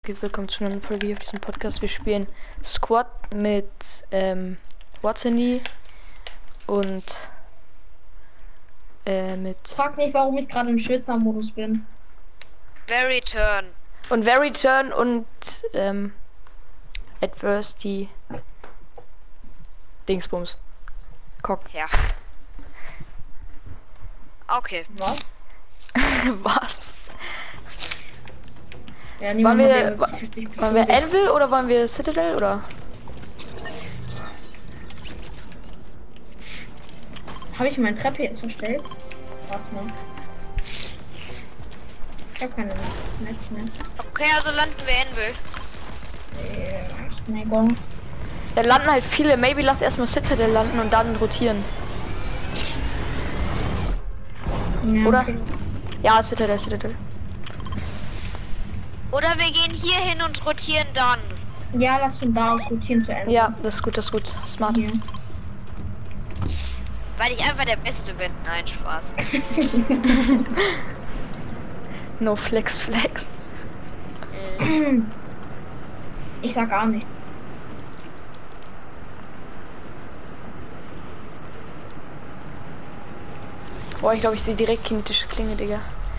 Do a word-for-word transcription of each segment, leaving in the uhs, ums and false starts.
Okay, willkommen zu einer Folge hier auf diesem Podcast. Wir spielen Squad mit ähm, Watsony und äh, mit Frag nicht, warum ich gerade im Schwitzer-Modus bin. Very turn. und Very Turn und ähm, Adversity Dingsbums. Cock. Ja. Okay. Was? Was? Ja, Wollen niemand wir, hat wa- wollen wir Anvil oder wollen wir Citadel oder? Habe ich meine Treppe jetzt verstellt? Warte mal. Ich habe keine Netz mehr. Okay, also landen wir Anvil. Äh, echt, nee, Gong. Da landen halt viele. Maybe lass erstmal Citadel landen und dann rotieren. Ja, Oder? okay. Ja, Citadel, Citadel. Oder wir gehen hier hin und rotieren dann. Ja, lass von da aus rotieren zu Ende. Ja, das ist gut, das ist gut. Smart. Hier. Weil ich einfach der Beste bin. Nein, Spaß. No flex, flex. Ich sag gar nichts. Boah, ich glaube, ich sehe direkt kinetische Klinge, Digga.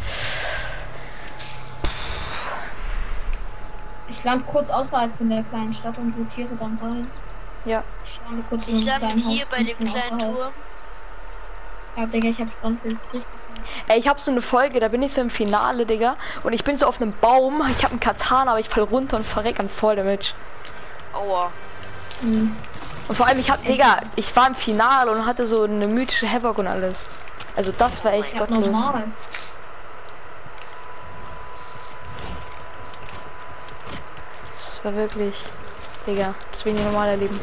Ich lande kurz außerhalb von der kleinen Stadt und rotiere dann rein. Ja. Ich lande kurz in Ich einem lande kleinen hier Haus, bei ein dem bisschen kleinen außerhalb. Turm. Ja, Digga, ich hab Strandbild. Richtig. Ey, ich habe so eine Folge, da bin ich so im Finale, Digga. Und ich bin so auf einem Baum. Ich habe einen Katana, aber ich fall runter und verreck an voll Damage. Aua. Mies. Und vor allem, ich hab, Digga, ich war im Finale und hatte so eine mythische Havoc und alles. Also das war echt Ich hab gottlos. normal. Das war wirklich, Digga, das will ich nie normal erleben.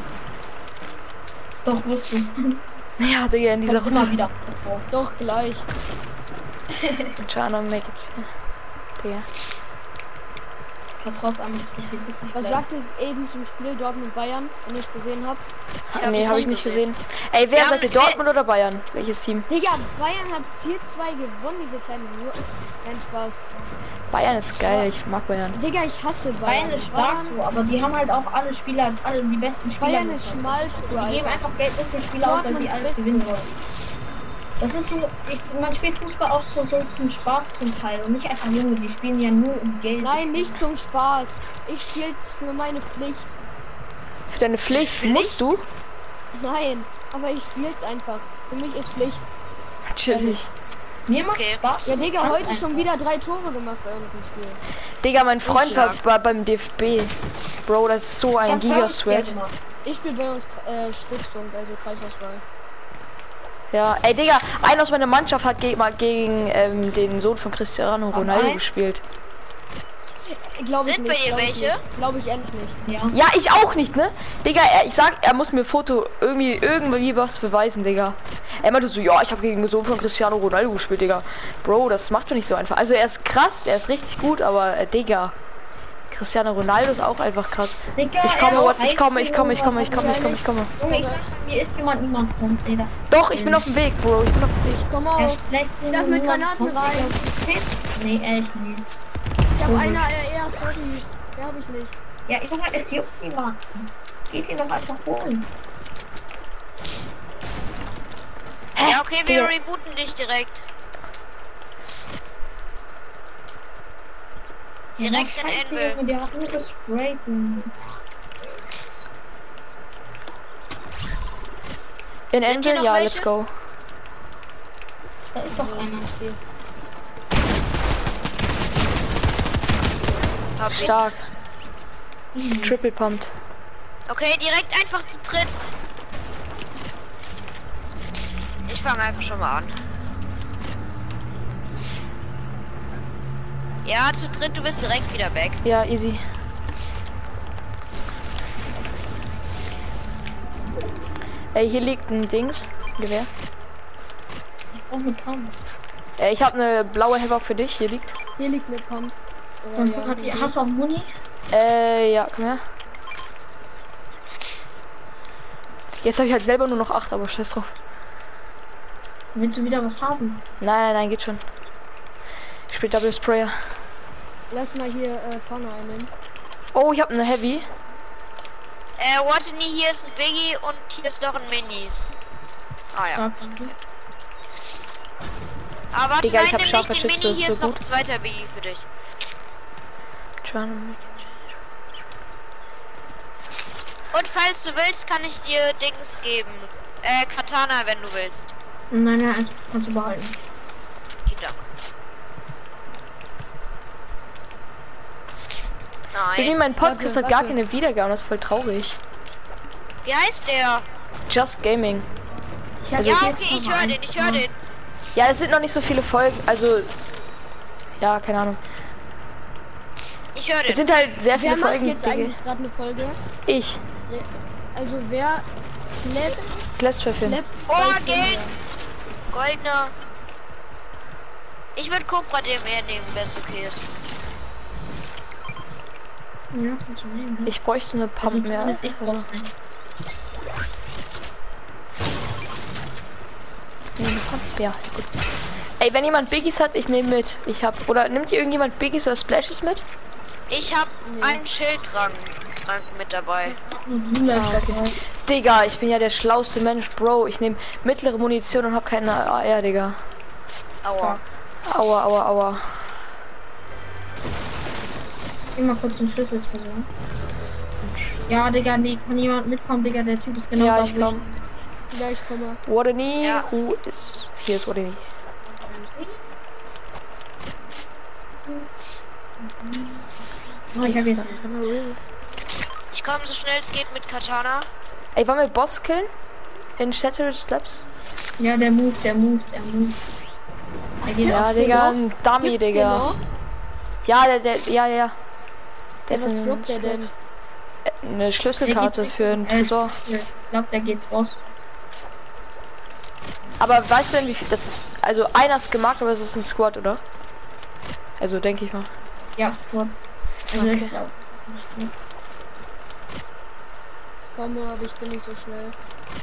Doch, wirst du. Ja, Digga, in dieser Kommt immer Runde. wieder vor. Doch, gleich. Trying to make it. Digga. Vertraut an das passiert wirklich. Was gleich. sagt ihr eben zum Spiel Dortmund Bayern, wenn ihr es gesehen habt? Ich Ah, hab's nee, habe ich schon nicht gesehen. Ey, wer Wir seid haben- ihr? Dortmund oder Bayern? Welches Team? Digga, Bayern hat vier zwei gewonnen, diese kleine Ruhe. Kein Spaß. Bayern ist geil, ich mag Bayern. Digga, ich hasse Bayern. Bayern ist stark so, aber die haben halt auch alle Spieler, alle die besten Spieler. Bayern ist gezogen. Schmalspur, Die geben Alter. einfach Geld für Spieler aus, weil Dortmund sie alles Beste. gewinnen wollen. Das ist so, ich, man spielt Fußball auch so, so zum Spaß zum Teil und nicht einfach Junge, die spielen ja nur um Geld. Nein, nicht zum Spaß. Ich spiel's für meine Pflicht. Für deine Pflicht, Pflicht? musst du? Nein, aber ich spiel's einfach. Für mich ist Pflicht. Chillig. Mir macht Okay. Spaß. Ja, Digga, Ganz heute einfach. schon wieder drei Tore gemacht bei irgendeinem Spiel. Digga, mein Freund war, stark. war beim D F B. Bro, das ist so ein Ganz ehrlich, Giga-Sweat. ja, gemacht. Ich spiele bei uns äh, Stützpunkt, also Kreisauswahl. Ja, ey Digga, einer aus meiner Mannschaft hat ge mal gegen ähm, den Sohn von Cristiano Ronaldo ein? gespielt. Glaube ich Sind bei nicht. dir Glaube ich welche? nicht. Glaube ich ehrlich nicht. Ja. Ja, ich auch nicht, ne? Digga, er, ich sag, er muss mir Foto irgendwie irgendwie was beweisen, Digga. Er meinte so, ja, ich habe gegen den Sohn von Cristiano Ronaldo gespielt, Digga. Bro, das macht doch nicht so einfach. Also er ist krass, er ist richtig gut, aber äh, Digga. Cristiano Ronaldo ist auch einfach krass. Digga, Ich komme, er What, ist ich komme, ich komme, ich komme, ich heiß, komme, ich komme, ich komme. Junge, ich sag, bei mir ist jemand, niemand kommt. Nee, das Doch, ich bin auf dem Weg, Bro. Ich bin auf dem Weg. Ich komme er auf. ist schlecht. Ich darf mit Granaten rein. Nee, ehrlich nicht. Ich habe Komisch. einer äh, erst, sorry. Ja, habe ich nicht. Ja, ich sag, es juckt niemand. Geht ihn doch einfach holen. Hä? Ja, okay, wir Digga. rebooten dich direkt. Ja, Direkt in scheiße, Anvil. Junge, der hat nur gesprayt. Junge. In Sind hier Anvil, noch ja, welche? let's go. Da ist doch einer. Hab ich. Stark. Triple pumped. Okay, direkt einfach zu dritt. Ich fange einfach schon mal an. Ja, zu dritt, du bist direkt wieder weg. Ja, easy. Ey, hier liegt ein Dings. Gewehr. Ich brauch eine Pump. Ey, ich habe eine blaue Havoc für dich. Hier liegt. Hier liegt eine Pump. Oder Und ja, hat die, hast du auch Muni? Äh, ja, komm her. Jetzt habe ich halt selber nur noch acht, aber scheiß drauf. Willst du wieder was haben? Nein, nein, nein, geht schon. Ich spiele Double Sprayer. Lass mal hier äh, vorne einnehmen. Oh, ich habe eine Heavy. Äh, Watney, hier ist ein Biggie und hier ist noch ein Mini. Ah ja. Ja, danke. Aber warte, Digga, ich nein, hab nimm nicht scharfe den Schüsse, Mini, ist hier so ist noch gut. ein zweiter Biggie für dich. Und falls du willst, kann ich dir Dings geben. Äh, Katana, wenn du willst. Nein, nein, eins kannst du behalten. Vielen Dank. Irgendwie Nein. mein Podcast Warte, hat gar warte. keine Wiedergaben, das ist voll traurig. Wie heißt der? Just Gaming. Ich hab Ja, jetzt okay, ich noch höre eins den, ich höre gemacht. den. Ja, es sind noch nicht so viele Folgen, also ja, keine Ahnung. Ich höre Es den. sind halt sehr Wer viele macht Folgen. jetzt Digga. eigentlich gerade eine Folge? Ich. Also wer Clap, Claps für Film. Clap Oh, bei Geld. Tinder? Goldner. Ich würde Cobra dem eher nehmen, wenn es okay ist. Ja, kannst du nehmen. ne? Ich bräuchte eine Also Pump mehr. zumindest ich Also, brauch's nicht. nee, eine Pump. Ja, gut. Ey, wenn jemand Biggies hat, ich nehme mit. Ich hab. Oder nimmt ihr irgendjemand Biggies oder Splashes mit? Ich habe Nee. einen Schildtrank Trank mit dabei. Lula Ah, okay. Digga, ich bin ja der schlauste Mensch, Bro. Ich nehme mittlere Munition und hab keine A R, Digga. Aua. Aua, aua, aua. Geh mal kurz den Schlüssel drin. Ja, Digga, nee, kann jemand mitkommen, Digga, der Typ ist genau Ja, da, ich wo komm. Ja, ich komme. Wardeni, Ja. who is. Hier ist Wardeni. Oh, ich hab jetzt. Ich komme so schnell es geht mit Katana. Ey, wollen wir Boss killen? In Shattered Slaps? Ja, der Move, der Move, der Move. Der geht Ja, auch. Gibt's den Digga, noch? ein Dummy, Gibt's den Digga. noch? Ja, der, der, ja, ja, ja. Der Ja, ist was ein droppt der denn? Eine Schlüsselkarte für einen Tresor. Ich glaube, der geht raus. Aber weißt du denn, wie viel das ist? Also einer ist gemacht, aber es ist ein Squad, oder? Also denke ich mal. Ja, Squad. Also Okay. ich glaube. Komme, aber ich bin nicht so schnell.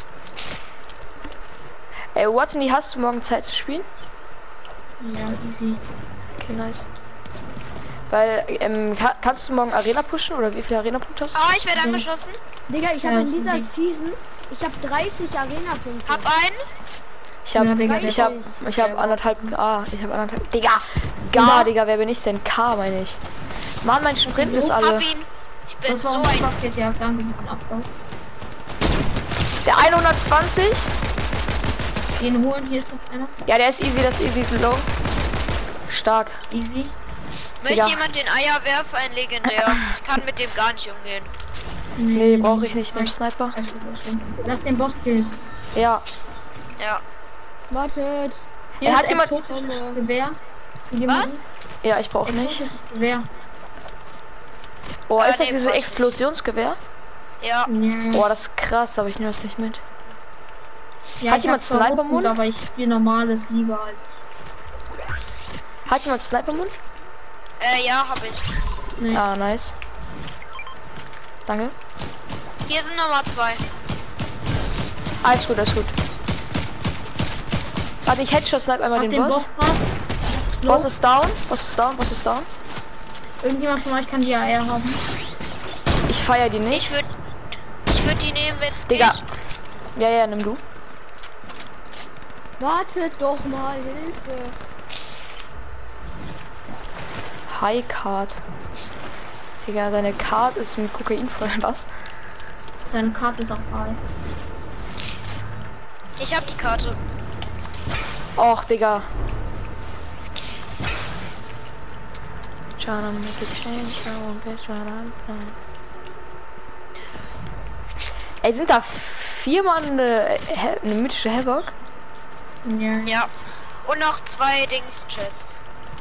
Ey, Watney, hast du morgen Zeit zu spielen? Ja, easy. Okay, nice. Weil, ähm, ka kannst du morgen Arena pushen oder wie viele Arena-Punkte hast du? Ah, ich werde angeschossen. Digga, ich Ja, habe in das ist dieser ein Ding. Season, ich habe dreißig Arena-Punkte. Hab einen. Ich hab, Ja, Digga, ich der- hab, ich hab anderthalb, ah, ich hab anderthalb, Digga, gar, Ja. Digga, wer bin ich denn? K, meine ich. Mann, mein Sprint ist alle. Hab ihn. Ich bin Das so war ein. ein geht ja danke für den Abbau. Der hundertzwanzig? Den holen, hier ist noch einer. Ja, der ist easy, das ist easy, low. Stark. Easy. Möchte Digga. jemand den Eierwerfer, ein legendär? Ich kann mit dem gar nicht umgehen. Nee, brauche ich nicht, nimm Sniper. Alles gut, alles gut. Lass den Boss killen. Ja, Ja. Wartet. Hier Er ist hat jemand- exotisches Gewehr. Für jemanden. Was? ja, ich brauche nicht. Exotisches Gewehr. Oh, Äh, ist das nee, dieses brauch ich Explosionsgewehr? Ja. Ja. Oh, das ist krass, aber ich nehme das nicht mit. ja, hat ich jemand hab zwar Sniper-Mund? Rotblut, aber ich spiele normales lieber als. Hat jemand Sniper-Mund? Äh, ja, hab ich. Nee. Ah, nice. Danke. Hier sind Nummer zwei. Alles gut, alles gut. Warte, ich Headshot snipe einmal Hab den, den Boss. Boss grad. Boss ist down, Boss ist down, Boss ist down. Irgendjemand von euch kann die A R haben. Ich feier die nicht. Ich würde ich würd die nehmen, wenn es Digga. geht. Ja, ja, nimm du. Wartet doch mal, Hilfe. High Card. Digga, deine Card ist mit Kokain voll. Was? Seine Karte ist auf frei. Ich hab die Karte. Och, Digga. Tryna make a change, I won't be tryna plan. Ey, sind da viermal eine, He- eine mythische Havoc? Ja. Ja. Und noch zwei Dings Chests.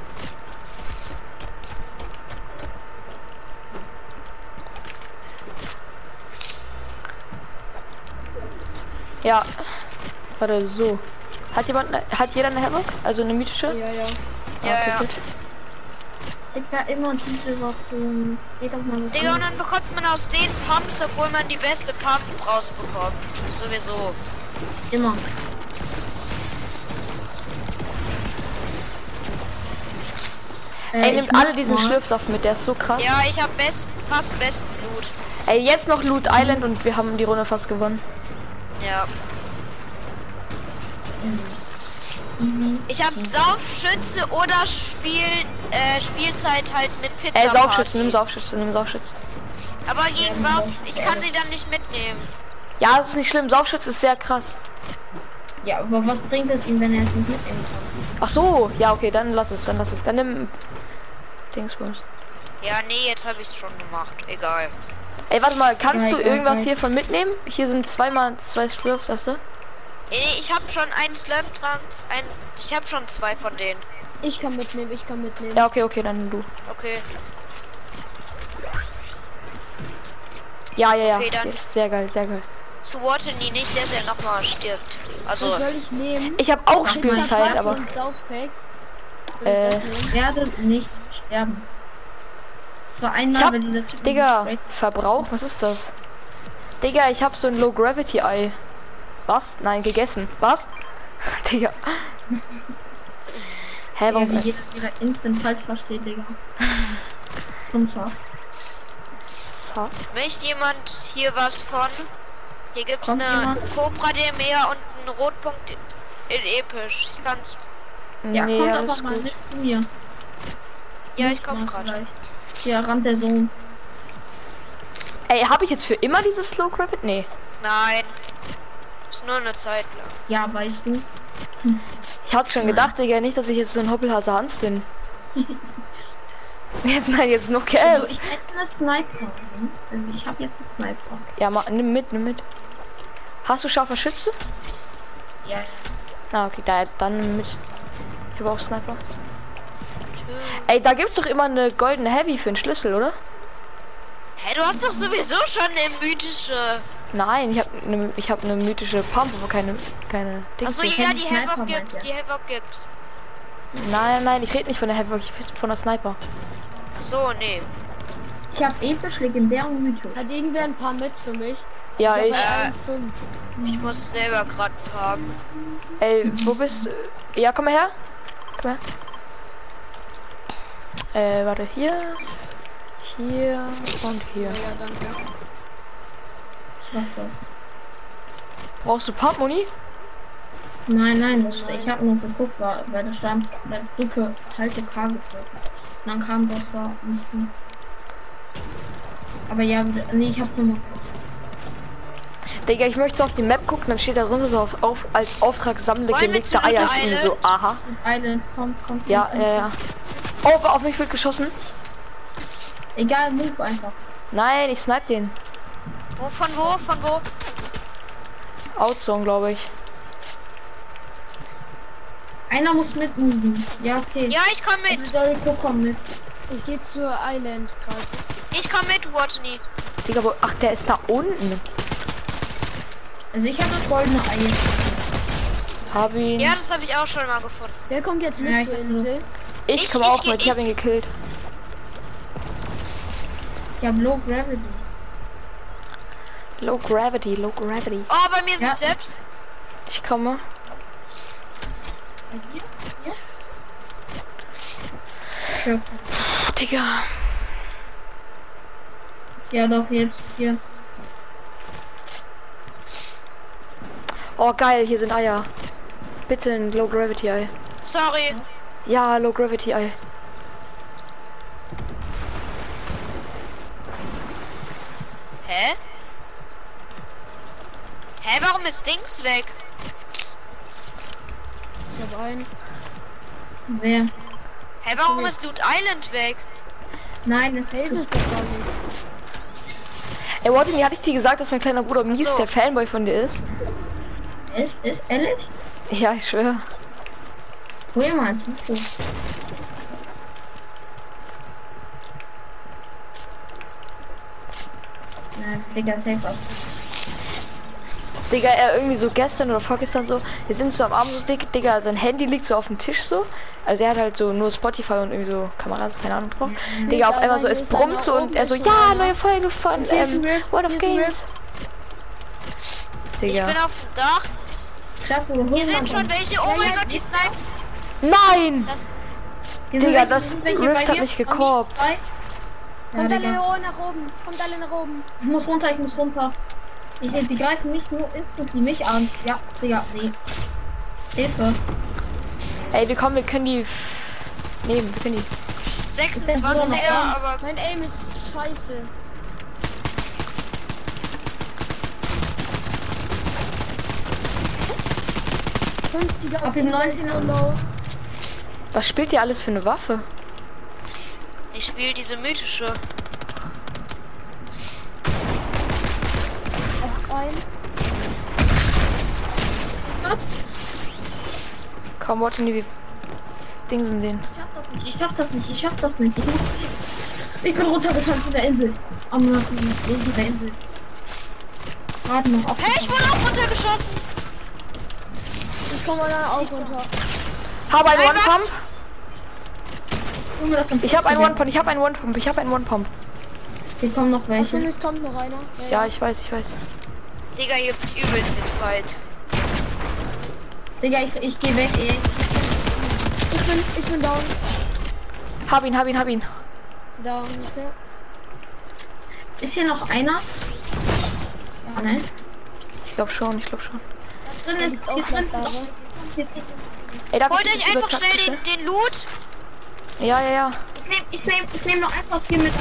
Ja. Warte, so. Hat jemand, ne, hat jeder eine Havoc? Also eine mythische? Ja, ja. Ja, okay, ja. gut. Digga, immer diese Waffen. Geht doch mal was Digga, und an. dann bekommt man aus den Pumps, obwohl man die beste Pump rausbekommt. Sowieso. Immer. Ey, ich nimmt muss alle diesen mal- Schlürfsaft mit, der ist so krass. Ja, ich habe best, fast besten Loot. Ey, jetzt noch Loot Island und wir haben die Runde fast gewonnen. Ja. Easy. Ich habe Saufschütze oder Spiel, äh, Spielzeit halt mit Pizza. Ey, Saufschütze, Party. nimm Saufschütze, nimm Saufschütze. Aber gegen was? Ich kann sie dann nicht mitnehmen. Ja, das ist nicht schlimm, Saufschütze ist sehr krass. Ja, aber was bringt es ihm, wenn er es nicht mitnehmen kann? Ach so, ja, okay, dann lass es, dann lass es. Dann nimm Dingsbums. Ja, nee, jetzt habe ich es schon gemacht. Egal. Ey, warte mal, kannst Ja, du egal, irgendwas egal. hiervon mitnehmen? Hier sind zweimal zwei Schlürftaste. Nee, nee, ich habe schon einen Slurp-Trank. Ein, ich habe schon zwei von denen. Ich kann mitnehmen, ich kann mitnehmen. Ja, okay, okay, dann nimm du. Okay. Ja, ja, ja. Okay, dann- Okay, sehr geil, sehr geil. Zu Waterny nicht, dass er nochmal stirbt. Also, Was soll ich nehmen? Ich habe auch Pizza, Spielzeit, Party aber und Saufpacks. Soll Äh, ich das nehmen? Werde nicht sterben. Es war ich einmal, hab, wenn dieser Typ Digga, mich Verbrauch, was ist das? Digga, ich habe so ein Low Gravity Ei. Was? Nein, gegessen. Was? Digga. Hä, Ja, warum? wie jeder wieder instant falsch versteht, Digga. Und was? Sass? möchte jemand hier was von? Hier gibt's Kommt eine jemand? Cobra D M R und einen Rotpunkt in, in episch. Ich kann's. Ja, nee, kommt alles einfach mal gut. mit zu mir. Ja, Muss ich komme mal gerade. vielleicht. Hier rannt der Sohn. Ey, habe ich jetzt für immer dieses Low Gravity? Nee. Nein. Ist nur eine Zeit lang. Ja, weißt du. Ich hatte schon gedacht, Digga, nicht, dass ich jetzt so ein Hoppelhase Hans bin. Jetzt nein, jetzt noch Also, Kerl. ich hätte eine Sniper. Hm? Also, ich habe jetzt eine Sniper. Ja, mal, nimm mit, nimm mit. Hast du scharfer Schütze? Ja. Ah, okay, da, dann nimm mit. Ich habe auch Sniper. Ey, da gibt's doch immer eine goldene Heavy für einen Schlüssel, oder? Hä, du hast doch sowieso schon eine mythische. Nein, ich habe eine ich hab ne mythische Pump, aber keine keine Dings. Achso, ich ja, kenn die die Sniper Havoc gibt's, meinte. die Havoc gibt's. Nein, nein, ich rede nicht von der Heavy, ich rede von der Sniper. So, nee. Ich habe episch, legendär und mythisch. Hat irgendwer ein paar mit für mich? Ja, hab ich. bei allen fünf. Ich muss selber gerade farben. Ey, wo bist du? Ja, komm mal her. Komm her. Äh, warte, hier. Hier und hier. Ja, danke. Was ist das? Brauchst du Pump-Muni? Nein, nein, das, Nein. ich habe nur geguckt, weil, weil da stand, bei Drücke halte K gedrückt. Und dann kam das da. Nicht. Aber ja, nee, ich habe nur. Digga, ich möchte so auf die Map gucken, dann steht da runter so auf, auf als Auftrag sammle Wollen wir gelegte zu Eier. Loot Ich bin so, Island? aha. Island, kommt, kommt. Ja, kommt, ja, ja. Oh, auf mich wird geschossen. Egal, move einfach. Nein, ich snipe den. Wo, von wo, von wo? Outzone, glaube ich. Einer muss mitmoven. Ja, okay. Ja, ich komm mit. Sorry, komm mit. Ich gehe zur Island gerade. Ich komm mit, Waterny. Digga, wo, ach, der ist da unten. Also ich habe das goldene Ei. Hab ihn. Ja, das habe ich auch schon mal gefunden. Wer kommt jetzt mit Ja, zur ich- Insel? Ich ich- komme ich auch geh- mit, ich ich- habe ihn gekillt. Ich habe Low Gravity. Low Gravity, Low Gravity. Oh, bei mir sind Ja. Steps. Ich komme. Bei dir? Ja. Ja. Puh, Digga. Ja, doch, jetzt hier. Oh, geil, hier sind Eier. Bitte ein Low Gravity Ei. Sorry. Ja, Low Gravity Ei. Hä? Hä, warum ist Dings weg? Ich habe einen. Wer? Hä, warum ist Loot Island weg? Nein, es Hey, ist es ist. doch gar nicht. Ey, Watson, hatte ich dir gesagt, dass mein kleiner Bruder Mies so. der Fanboy von dir ist? Ist, ist ehrlich? Ja, ich schwöre. Hol mal ins Mikro. Na, Digga, safe aus. Digga, er irgendwie so gestern oder vorgestern so, wir sind so am Abend so dick, Digga, sein Handy liegt so auf dem Tisch so. Also er hat halt so nur Spotify und irgendwie so Kameras, keine Ahnung drauf. Digga, auf ist einmal so, aber- es hier ist brummt einer so und oben, er so, ist schon ja, einer. neue Folge von Und hier ist ein ähm, Rift, World of hier ist ein Games. Ich Digga. bin auf dem Dach. Klappe, hol Hier mal sind schon was. welche. Oh Ja, mein ja, Gott, die snipen. Nein! Das. Hier sind Digga, welche- das sind welche bei Rift hat dir? mich Haben die gekorbt. zwei? Ja, Kommt alle Digga. nach oben. Kommt alle nach oben. Ich muss runter, ich muss runter. Ich, die greifen nicht nur instantly mich an. Ja, Digga, nee. Hilfe. Ey, wir kommen, wir können die f- nehmen, wir können die. sechsundzwanziger, aber Mein Aim ist scheiße. fünfziger Auf auf dem den neunzehner. so low. Was spielt ihr alles für eine Waffe? ich spiele diese mythische. Auch ein. Komm, warte, wie Dingsen den. Ich schaff das nicht, ich schaff das nicht, ich schaff das nicht. Ich, muss, ich bin runtergefallen von der Insel. Am Norden der Insel. Gerade noch auf. Hey, ich wurde auch runtergeschossen. Ich komme dann auch runter. Hab einen Nein, One-Pump. Junge, das sind Ich hab einen Digga. One-Pump, ich hab einen One-Pump, ich hab einen One-Pump. Hier kommen noch Achtung, welche. es kommt noch einer. Ja, ich weiß, ich weiß. Digga, hier gibt's übelst den Fight. Digga, ich, ich geh weg, ey. Ich bin, ich bin down. Hab ihn, hab ihn, hab ihn. Down, okay. Ist hier noch einer? Ja, ne? Ich glaub schon, ich glaub schon. Da drin Da ist, liegt hier auch drin Ware. Ey, darf Holt ich euch das über einfach schnell taktische? den, den Loot. Ja, ja, ja. Ich nehm, ich nehm, ich nehm noch einfach hier mit.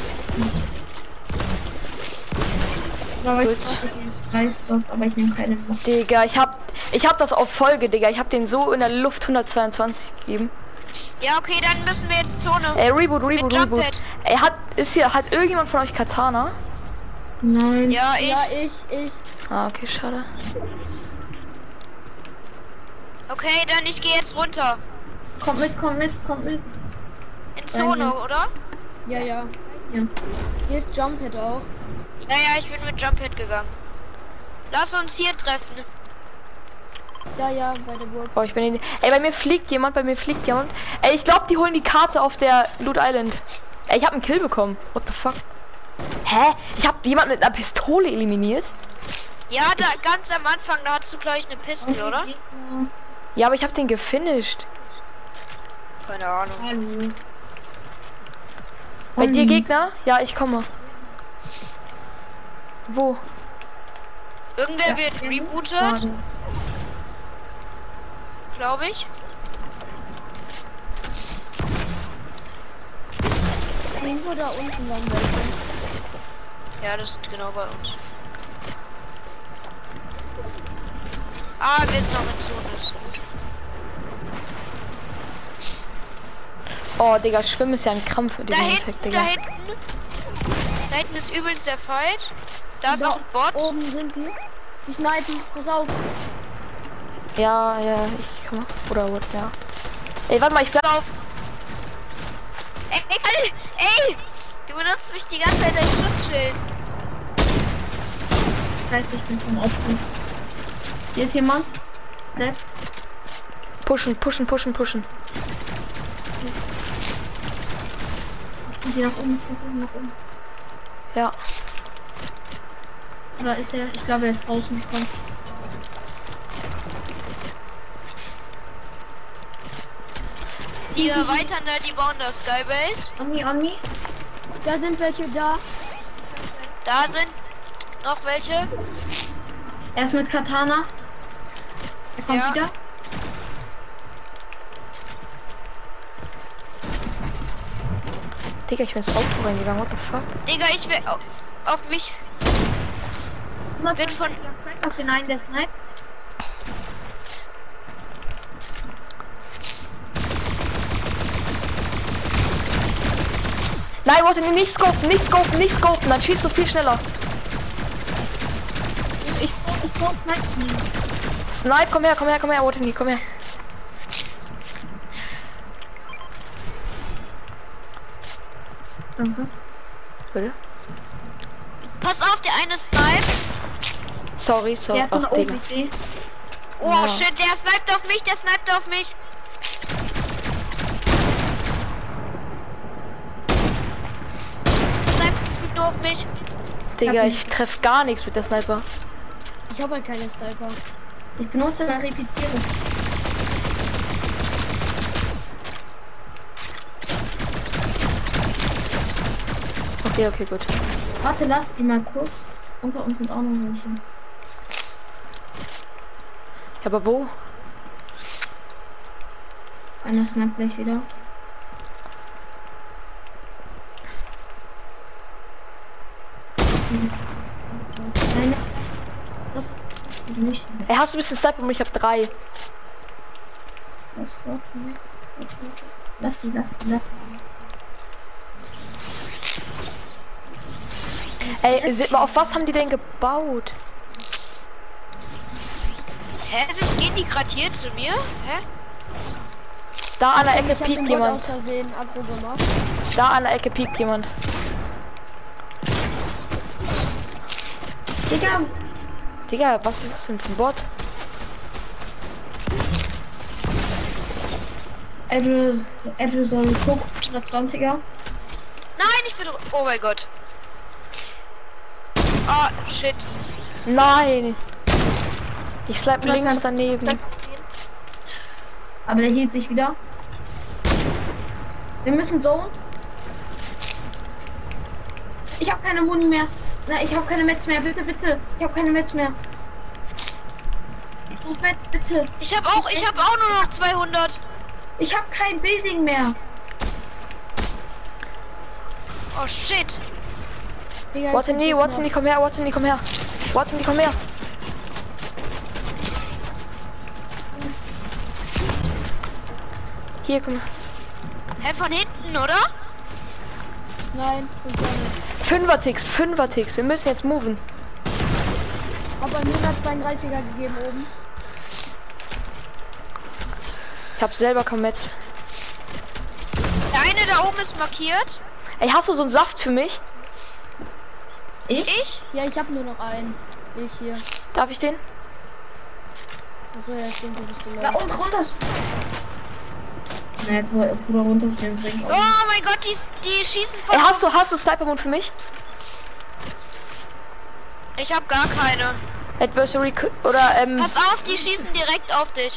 Aber ich Gut. weiß doch, aber ich nehme keine mehr. Digga, ich hab, ich hab das auf Folge, Digga. Ich hab den so in der Luft hundertzweiundzwanzig gegeben. Ja, okay, dann müssen wir jetzt Zone. Ey, Reboot, Reboot, Mit Reboot. Jumppad. Ey, hat, ist hier, hat irgendjemand von euch Katana? Nein. Ja, ich. Ja, ich, ich. Ah, okay, schade. Okay, dann ich gehe jetzt runter. Kommt mit, kommt mit, kommt mit. In Zone, oder? Ja, ja. Ja. Hier ist Jumppad auch. Ja, ja, ich bin mit Jumppad gegangen. Lass uns hier treffen. Ja, ja, bei der Burg. Boah, ich bin in, ey, bei mir fliegt jemand, bei mir fliegt jemand. Ey, ich glaube, die holen die Karte auf der Loot Island. Ey, ich habe einen Kill bekommen. What the fuck? Hä? Ich habe jemanden mit einer Pistole eliminiert? Ja, da ganz am Anfang, da hattest du gleich eine Pistole, oder? Ja, aber ich habe den gefinisht. Keine Ahnung. Hallo. Bei dir Um, Gegner? Ja, ich komme. Wo? Irgendwer wird ja, rebootet, schade. glaube ich. Irgendwo da unten waren welche. Ja, das ist genau bei uns. Ah, wir sind noch in Zone, das ist gut. Oh, Digga, Schwimmen ist ja ein Krampf in Da diesem hinten, Effekt, da Digga. hinten. Da hinten ist übelst der Fight. Da ist Da auch ein Bot. Oben sind die. Die snipen. Pass auf. Ja, ja, ich komme. Oder what, ja. Ey, warte mal, ich bleib. Pass auf. Ey, ey, ey, du benutzt mich die ganze Zeit als Schutzschild. Scheiße, ich bin schon aufgeregt. Hier ist jemand. Step. Pushen, pushen, pushen, pushen. Und hier nach oben, nach oben, nach oben. Ja. Oder ist er? Ich glaube, er ist rausgekommen. Die erweitern da, die bauen da Skybase. On me, on me. Da sind welche da. Da sind noch welche. Er ist mit Katana. Er kommt Ja. wieder. Digga, ich bin ins Auto reingegangen, what the fuck? Digga, ich will auf, auf mich. Wird von. Auf den einen, der Snipe. Nein, warte, nicht scopen, nicht scopen, nicht scopen, dann schießt du viel schneller. Ich, ich brauch Snipe. Snipe, komm her, komm her, komm her, Watani, komm her. Danke. Bitte? Pass auf, der eine sniped. Sorry, sorry. Der ist von Ach, oben, Digga. ich sehe. Oh Ja. shit, der sniped auf mich, der sniped auf mich. Sniped gefühlt nur auf mich. Digga, ich treff gar nichts mit der Sniper. Ich habe halt keine Sniper. Ich benutze aber repetiere. Okay, okay, gut. Warte, lass die mal kurz. Unter uns sind auch noch welche. Ja, aber wo? Einer snappt gleich wieder. Nein, das ist nicht. Ey, hast du ein bisschen Sniper und ich hab drei. Was, warte, warte, warte. Lass sie, lass sie, lass sie. Ey, seht mal, auf was haben die denn gebaut? Hä? Sind, gehen die gerade hier zu mir? Hä? Da an der Ecke Ich hab den piekt Bot jemand. aus Versehen aggro gemacht. Da an der Ecke piekt jemand. Digga, Digga, was ist das denn für ein Bot? Edge, Edge soll gucken, hundertzwanziger. Nein, ich bin... Oh mein Gott. Oh, shit. Nein! Ich slap links daneben. Aber der hielt sich wieder. Wir müssen so. Ich habe keine Muni mehr. Nein, ich habe keine Metz mehr. Bitte, bitte. Ich habe keine Metz mehr. Oh, Metz, bitte. Ich habe auch, ich habe auch nur noch zweihundert. Ich habe kein Building mehr. Oh shit. Digga, ich Watson, bin so Watson, knapp. komm her, Watson, komm her. Watson, komm her. Hier, komm. Hä, von hinten, oder? Nein, von vorne. Fünfer-Ticks, Fünfer-Ticks. Wir müssen jetzt moven. Hab einen hundertzweiunddreißiger gegeben oben. Ich hab selber kaum Metz. Der eine da oben ist markiert. Ey, hast du so einen Saft für mich? Ich? Ich? Ja, ich hab nur noch einen. Ich hier. Darf ich den? Achso, ja, stimmt, du bist so Na laut. und runter. Ne, Bruder, runterstehen bringt Oh auch. mein Gott, die, die schießen von... Ey, hast du, hast du Sniper-Mund für mich? Ich habe gar keine. Adversary K- oder ähm. Pass auf, die schießen direkt auf dich.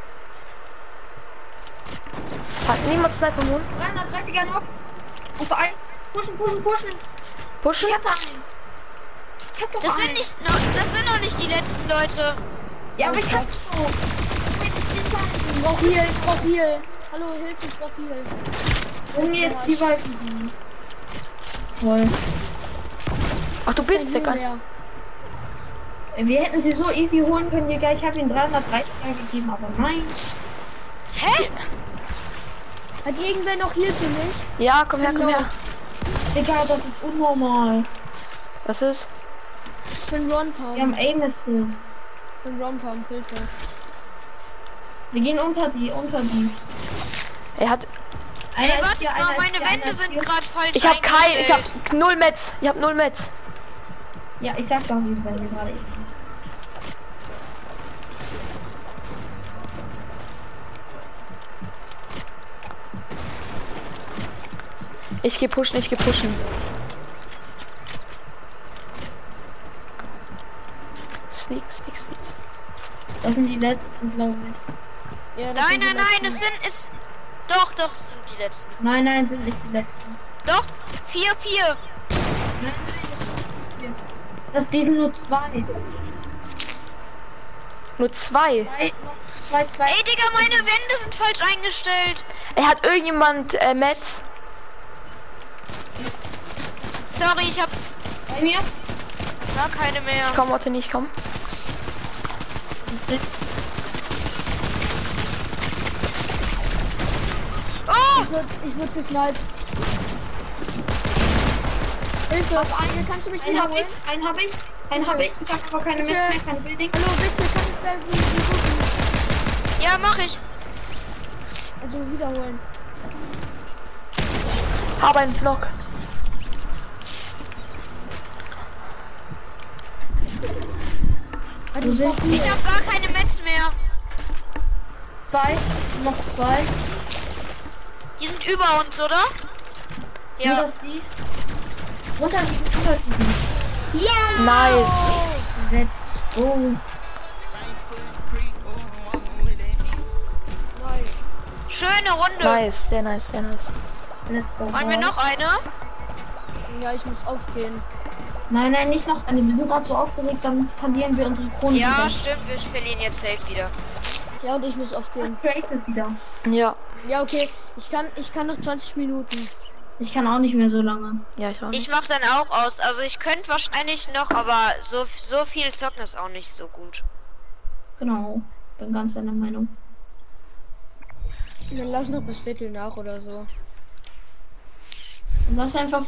Hat niemand Sniper-Mund? dreihundertdreißiger Knock. Auf ein. Pushen, pushen, pushen. Pushen? Ich hab einen. Ich hab doch Das sind einen. nicht, noch, das sind noch nicht die letzten Leute. Ja, aber ich hab so. Ich brauch Heal, ich brauch Heal. Hallo, Hilfe, ich brauch Heal. Und jetzt die beiden. Toll. Ach, du bist Kein Heal Digga. mehr. Wir hätten sie so easy holen können, Digga. Ich habe ihn dreihundertdreißig gegeben, aber nein. Hä? Hat irgendwer noch Heal für mich? Ja, komm her, komm her. Digga, das ist unnormal. Was ist? Für einen Ron Wir Pump. haben Aim Assist. Für einen Ron Pump, Hilfe. Wir gehen unter die, unter die. Er hat. Ey, Einer ist warte hier, mal, einer ist meine hier, einer Wände ist sind hier. gerade falsch Ich hab kein. Ich eingestellt. hab null Metz. Ich hab null Metz. Ja, ich sag doch, wie es bei mir gerade ist. Ich geh pushen, ich geh pushen. Sneak, sneak, sneak. Das sind die letzten, glaube ich. Ja, das Nein, sind die nein, nein, letzten. es sind es. Doch, doch, es sind die letzten. Nein, nein, sind nicht die letzten. Doch, vier, vier. Nein, nein, das sind vier. Das die sind nur zwei. Nur zwei. Zwei, noch zwei, zwei. Ey, Digga, meine Wände sind falsch eingestellt. Er hat irgendjemand äh, Metz. Sorry, ich hab Bei mir. gar keine mehr. Ich komm, Otto, nicht komm. Das sind Oh, Ich würd, ich würd gesniped. Hilfe, eine, kannst du mich einen hab wiederholen? ich, einen hab ich, einen hab ich. Ich hab aber keine Bitte. Metz mehr, keine Building. Hallo, bitte, kann ich bei mir wiederholen? ja, mach ich. Also wiederholen. Hab einen Block. Also ich brauch Ich Heal. hab gar keine Metz mehr. Zwei, noch zwei. Die sind über uns, oder? Nur Ja. dass die. Runter die, runter die. Ja. Nice. Let's go. Nice. Schöne Runde. Nice, sehr nice, sehr nice. Let's go. Wollen wir noch eine? Ja, ich muss aufgehen. Nein, nein, nicht noch. Wir sind gerade so aufgeregt, dann verlieren wir unsere Krone. Ja, wieder. stimmt, wir verlieren jetzt safe wieder. Ja, und ich muss aufgehen. Straight ist wieder. Ja. Ja, okay. Ich kann, ich kann noch zwanzig Minuten. Ich kann auch nicht mehr so lange. Ja, ich auch nicht. Ich mach dann auch aus. Also ich könnte wahrscheinlich noch, aber so, so viel zocken ist auch nicht so gut. Genau. Bin ganz deiner Meinung. Dann lass noch bis Viertel nach oder so. Und das einfach